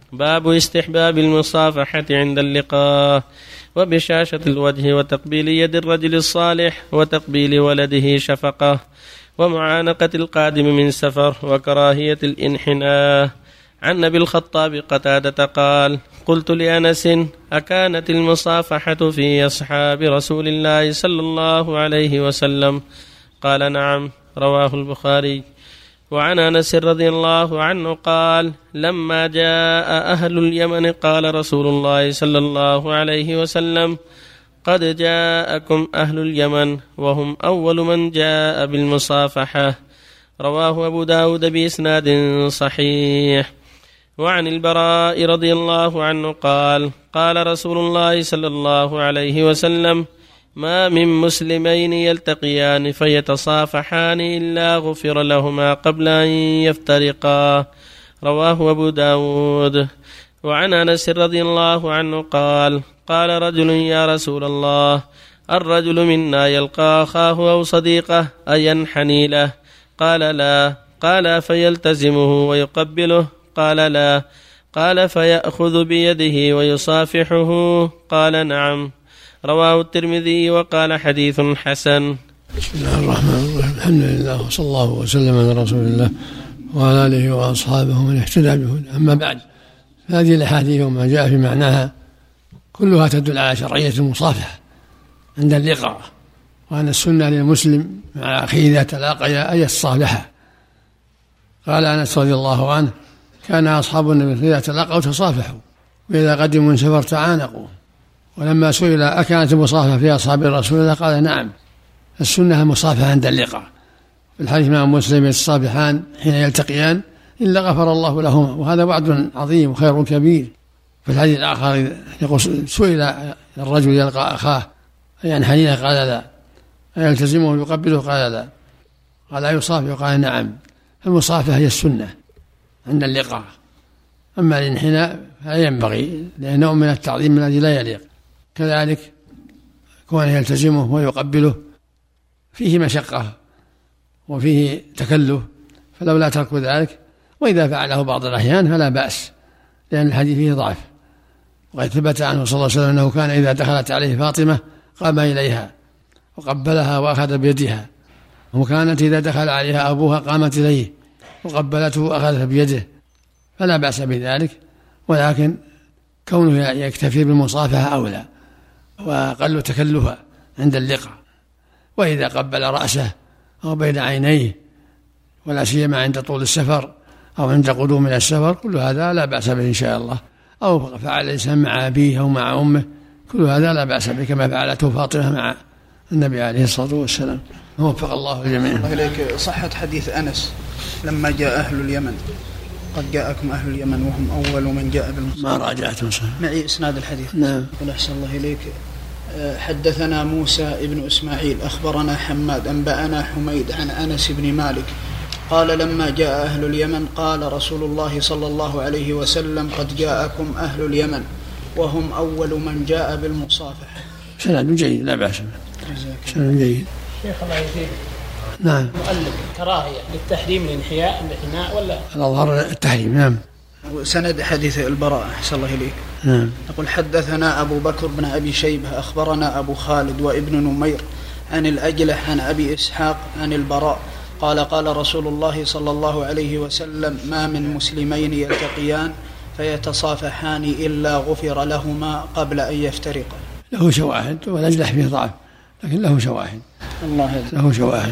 باب استحباب المصافحة عند اللقاء وبشاشة الوجه وتقبيل يد الرجل الصالح وتقبيل ولده شفقة ومعانقة القادم من سفر وكراهية الانحناء. عن أبي الخطاب قتادة قال: قلت لأنس: أكانت المصافحة في أصحاب رسول الله صلى الله عليه وسلم؟ قال: نعم. رواه البخاري. وعن أنس رضي الله عنه قال: لما جاء أهل اليمن قال رسول الله صلى الله عليه وسلم: قد جاءكم أهل اليمن وهم أول من جاء بالمصافحة. رواه أبو داود بإسناد صحيح. وعن البراء رضي الله عنه قال: قال رسول الله صلى الله عليه وسلم: ما من مسلمين يلتقيان فيتصافحان إلا غفر لهما قبل أن يفترقا. رواه أبو داود. وعن أنس رضي الله عنه قال: قال رجل: يا رسول الله، الرجل منا يلقى أخاه أو صديقه أينحني له؟ قال: لا. قال: فيلتزمه ويقبله؟ قال: لا. قال: فيأخذ بيده ويصافحه؟ قال: نعم. رواه الترمذي وقال: حديث حسن. بسم الله الرحمن الرحيم. الحمد لله وصلى الله وسلم على رسول الله وعلى آله وأصحابه من اهتدى به. أما بعد، هذه الأحاديث وما جاء في معناها كلها تدل على شرعية المصافحة عند اللقاء، وأن السنة للمسلم مع أخيه إذا تلاقيا أن يتصافحا. قال أنس رضي الله عنه: كان أصحاب النبي إذا تلاقوا تصافحوا، وإذا قدموا من سفر تعانقوا. ولما سئل: أكانت المصافحة في أصحاب الرسول الله؟ قال: نعم. السنة المصافحة عند اللقاء. في الحديث: مع مسلم يتصافحان حين يلتقيان إلا غفر الله لهما. وهذا وعد عظيم وخير كبير. في الحديث الآخر يقول: سئل الرجل يلقى أخاه أينحني له؟ قال: لا. أيلتزمه ويقبله؟ قال: لا. قال: يصافح؟ قال: نعم. المصافحة هي السنة عند اللقاء. أما الانحناء فلا ينبغي، لأنه من التعظيم الذي لا يليق. كذلك كونه يلتزمه ويقبله فيه مشقة وفيه تكلف، فلولا ترك ذلك. وإذا فعله بعض الأحيان فلا بأس، لأن الحديث فيه ضعف. وقد ثبت عنه صلى الله عليه وسلم أنه كان إذا دخلت عليه فاطمة قام إليها وقبلها وأخذ بيدها، وكانت إذا دخل عليها أبوها قامت إليه وقبلته وأخذها بيده، فلا بأس بذلك. ولكن كونه يكتفي بالمصافحة أولى وأقل تكلفا عند اللقاء. وإذا قبل رأسه أو بين عينيه، ولا سيما عند طول السفر أو عند قدوم من السفر، كل هذا لا بأس به إن شاء الله. أو فعل الإنسان مع أبيه أو مع أمه، كل هذا لا بأس به، كما فعلته فاطمة مع النبي عليه الصلاة والسلام. وفق الله الجميع. الله إليك. صحة حديث أنس لما جاء أهل اليمن: قد جاءكم أهل اليمن وهم أول من جاء بالمصافحة. ما راجعته صحيح. معي إسناد الحديث. نعم. أحسن الله إليك. حدثنا موسى ابن إسماعيل أخبرنا حماد أنبأنا حميد عن أنس بن مالك قال: لما جاء أهل اليمن قال رسول الله صلى الله عليه وسلم: قد جاءكم أهل اليمن وهم أول من جاء بالمصافحة. سند جيد، لا بأس به، سند جيد. شيخ الله يزيد. نعم. مؤلف كراهية للتحريم الانحناء ولا؟ الأظهر التحريم. نعم. سند حديث البراء أحسن الله إليك. نعم. يقول: حدثنا أبو بكر بن أبي شيبة أخبرنا أبو خالد وابن نمير عن الأجلح عن أبي إسحاق عن البراء قال: قال رسول الله صلى الله عليه وسلم: ما من مسلمين يلتقيان فيتصافحان إلا غفر لهما قبل أن يفترقا. له شواهد، والأجلح فيه ضعف، لكن له شواهد. الله له شواهد.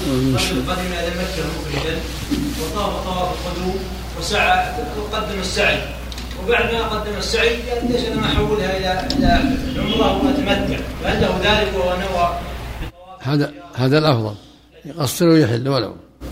قدم إلى مكة مفردا وطاف طواف القدوم وسعى وقدم السعي، وبعد ما قدم السعي قال: ليش أنا أحولها إلى العمرة وأتمتع؟ فعنده ذلك وهو نوى هذا الأفضل، يقصر ويحل ولو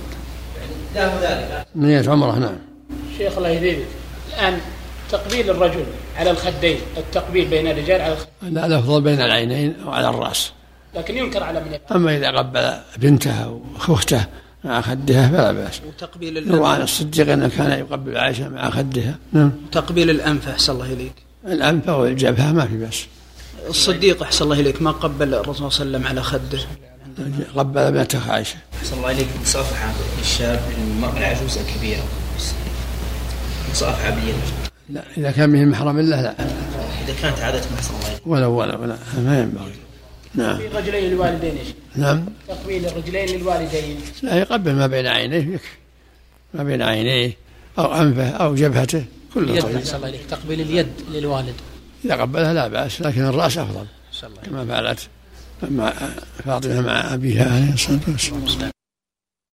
له ذلك نية عمره. نعم. شيخ الله يهديك. الآن تقبيل الرجل على الخدين، التقبيل بين الرجال على الخدين، لا، الأفضل بين العينين أو على الرأس، لكن ينكر على من يقبل. أما إذا قبل بنتها وأخته مع خدها فلا بأس. وتقبيل يروى عن الصديق أنه كان يقبل عائشة مع خدها. نعم. تقبيل الأنف أحسن الله إليك. الأنف والجبهة ما في بأس. الصديق أحسن الله إليك ما قبل الرسول صلى الله عليه وسلم على خده، قبل بنته عائشة. أحسن الله إليك. مصافحة الشاب المرأة العجوز الكبيرة، مصافحة بيده. لا إذا كان به محرم الله لا. إذا كانت عادة محصن الله ولا ما ينبغي. نعم. تقبيل الرجلين للوالدين. نعم. تقبيل الرجلين للوالدين. لا يقبل ما بين عينيه يكفي، ما بين عينيه أو أنفه أو جبهته كله طيب. تقبيل اليد للوالد إذا قبلها لا بأس، لكن الرأس أفضل كما فعلت فاطمة مع أبيها عليه الصلاة والسلام.